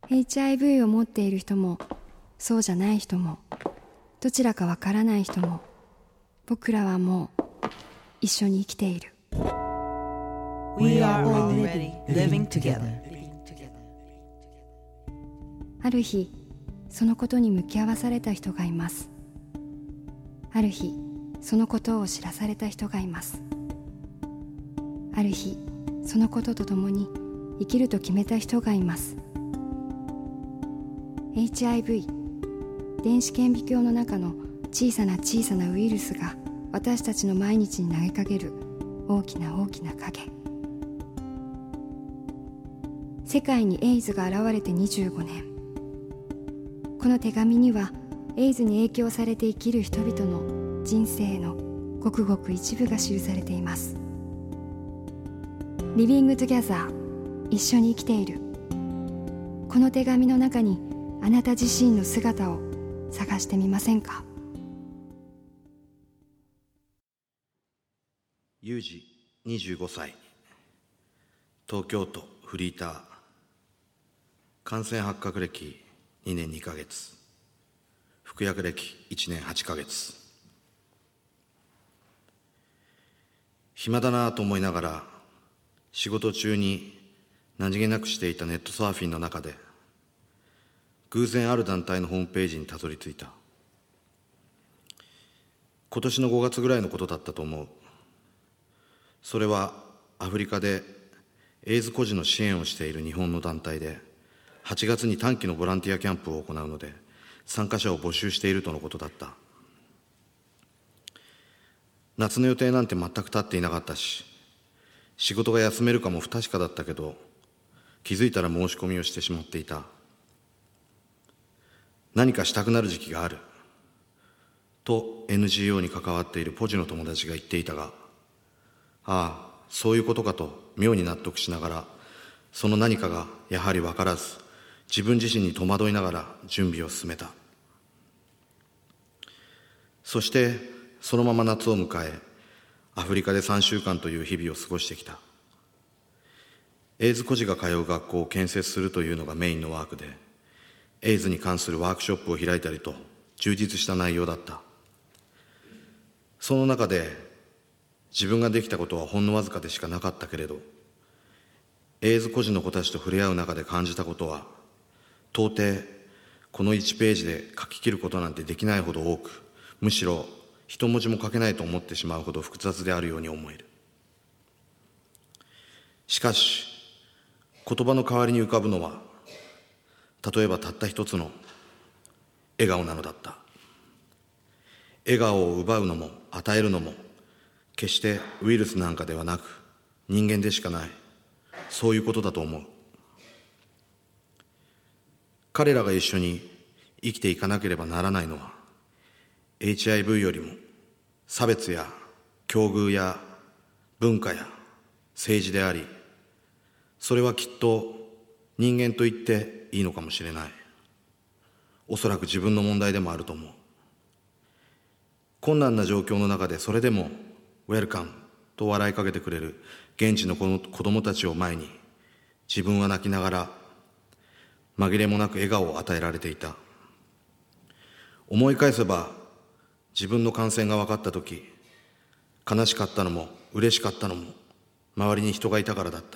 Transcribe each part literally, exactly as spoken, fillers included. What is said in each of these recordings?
エイチアイブイ を持っている人もそうじゃない人もどちらかわからない人も僕らはもう一緒に生きている。 We are already living together. ある日そのことに向き合わされた人がいます。ある日そのことを知らされた人がいます。ある日そのことと共に生きると決めた人がいます。 エイチアイブイ 電子顕微鏡の中の小さな小さなウイルスが私たちの毎日に投げかける大きな大きな影。世界にエイズが現れてにじゅうごねん。この手紙にはエイズに影響されて生きる人々の人生のごくごく一部が記されています。 Living Together 一緒に生きている。この手紙の中にあなた自身の姿を探してみませんか。 ユージにじゅうごさい、東京都フリーター、感染発覚歴にねんにかげつ、服薬歴いちねんはちかげつ。暇だなぁと思いながら仕事中に何気なくしていたネットサーフィンの中で偶然ある団体のホームページにたどり着いた。今年のごがつぐらいのことだったと思う。それはアフリカでエイズ孤児の支援をしている日本の団体ではちがつに短期のボランティアキャンプを行うので参加者を募集しているとのことだった。夏の予定なんて全く立っていなかったし、仕事が休めるかも不確かだったけど、気づいたら申し込みをしてしまっていた。何かしたくなる時期があると エヌジーオー に関わっているポジの友達が言っていたが、ああそういうことかと妙に納得しながら、その何かがやはり分からず自分自身に戸惑いながら準備を進めた。そしてそのまま夏を迎え、アフリカでさんしゅうかんという日々を過ごしてきた。エイズ孤児が通う学校を建設するというのがメインのワークで、エイズに関するワークショップを開いたりと充実した内容だった。その中で自分ができたことはほんのわずかでしかなかったけれど、エイズ孤児の子たちと触れ合う中で感じたことは到底このいちページで書き切ることなんてできないほど多く、むしろ一文字も書けないと思ってしまうほど複雑であるように思える。しかし言葉の代わりに浮かぶのは、例えばたった一つの笑顔なのだった。笑顔を奪うのも与えるのも決してウイルスなんかではなく人間でしかない、そういうことだと思う。彼らが一緒に生きていかなければならないのは エイチアイブイ よりも差別や境遇や文化や政治であり、それはきっと人間と言っていいのかもしれない。おそらく自分の問題でもあると思う。困難な状況の中でそれでもウェルカムと笑いかけてくれる現地の子供たちを前に、自分は泣きながら紛れもなく笑顔を与えられていた。思い返せば自分の感染が分かったとき、悲しかったのも嬉しかったのも周りに人がいたからだった。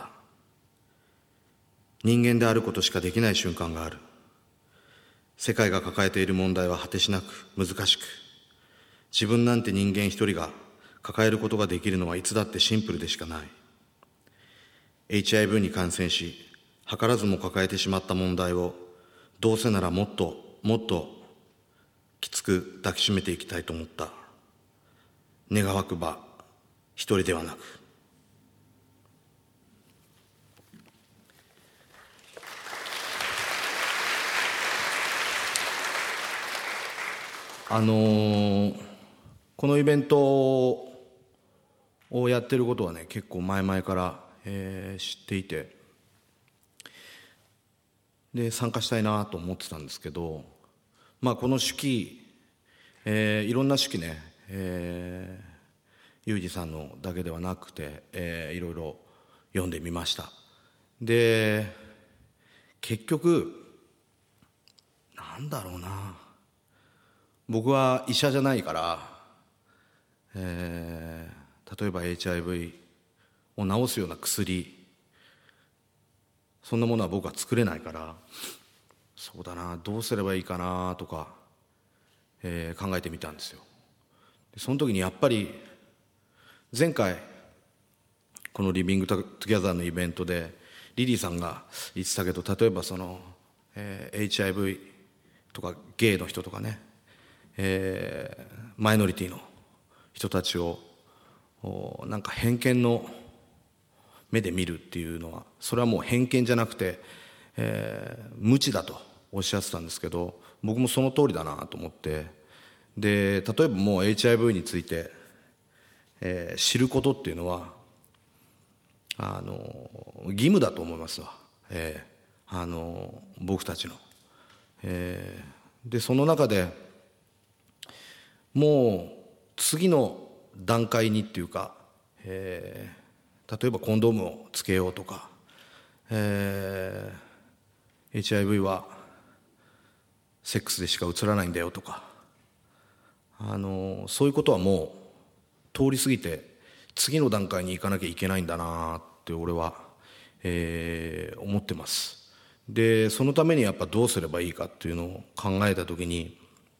人間であることしかできない瞬間がある。世界が抱えている問題は果てしなく難しく、自分なんて人間一人が抱えることができるのはいつだってシンプルでしかない。 エイチアイブイ に感染し図らずも抱えてしまった問題を、どうせならもっともっときつく抱きしめていきたいと思った。願わくば一人ではなく。あのー、このイベントをやってることはね、結構前々から、えー、知っていて、で参加したいなと思ってたんですけど、まあ、この手記、えー、いろんな手記ね、えー、ユージさんのだけではなくて、えー、いろいろ読んでみました。で結局なんだろうな、僕は医者じゃないから、えー、例えば エイチアイブイ を治すような薬、そんなものは僕は作れないから、そうだな、どうすればいいかなとか、えー、考えてみたんですよ。でその時にやっぱり前回このリビングトゥギャザーのイベントでリリーさんが言ってたけど、例えばその、えー、エイチアイブイ とかゲイの人とかね、えー、マイノリティの人たちをなんか偏見の目で見るっていうのは、それはもう偏見じゃなくて、えー、無知だとおっしゃってたんですけど、僕もその通りだなと思って、で例えばもう エイチアイブイ について、えー、知ることっていうのはあの義務だと思いますわ、えー、あの僕たちの、えー、でその中でもう次の段階にっていうか、えー、例えばコンドームをつけようとか、えー、エイチアイブイ はセックスでしかうつらないんだよとか、あのそういうことはもう通り過ぎて次の段階に行かなきゃいけないんだなって俺は、えー、思ってます。でそのためにやっぱどうすればいいかっていうのを考えた時に、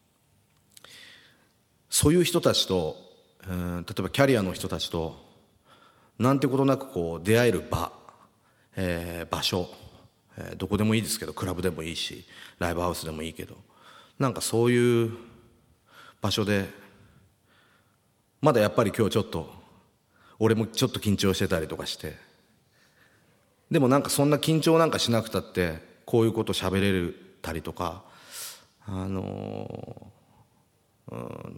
そういう人たちと、えー、例えばキャリアの人たちとなんてことなくこう出会える場、えー、場所、えー、どこでもいいですけど、クラブでもいいしライブハウスでもいいけど、なんかそういう場所でまだやっぱり今日ちょっと俺もちょっと緊張してたりとかして、でもなんかそんな緊張なんかしなくたってこういうこと喋れるたりとか、あのーうん、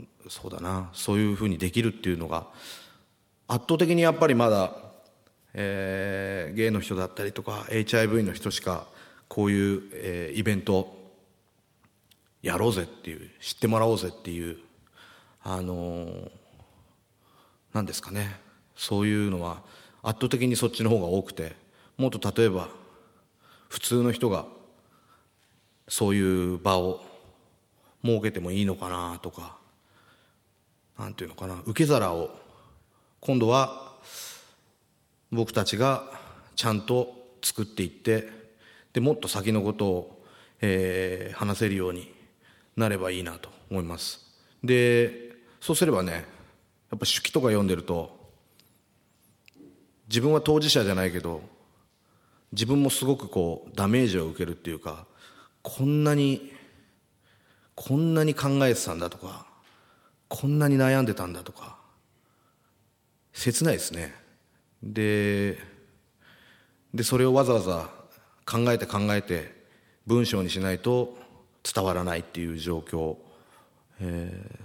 そうだな、そういうふうにできるっていうのが圧倒的にやっぱりまだ、えー、ゲイの人だったりとか エイチアイブイ の人しかこういう、えー、イベントやろうぜっていう、知ってもらおうぜっていう、あのー、なんですかね、そういうのは圧倒的にそっちの方が多くて、もっと例えば普通の人がそういう場を設けてもいいのかなとか、なんていうのかな、受け皿を今度は僕たちがちゃんと作っていって、でもっと先のことを、えー、話せるようになればいいなと思います。でそうすればね、やっぱ手記とか読んでると、自分は当事者じゃないけど自分もすごくこうダメージを受けるっていうか、こんなにこんなに考えてたんだとか、こんなに悩んでたんだとか、切ないですね。ででそれをわざわざ考えて考えて文章にしないと伝わらないっていう状況、えー、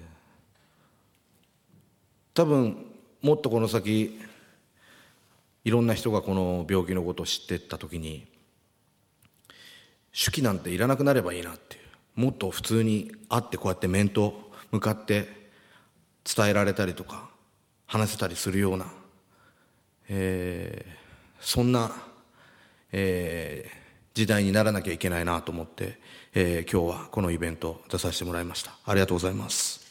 多分もっとこの先いろんな人がこの病気のことを知っていった時に、手記なんていらなくなればいいなっていう、もっと普通に会ってこうやって面と向かって伝えられたりとか話せたりするような、えー、そんな、えー、時代にならなきゃいけないなと思って、えー、今日はこのイベント出させてもらいました。ありがとうございます。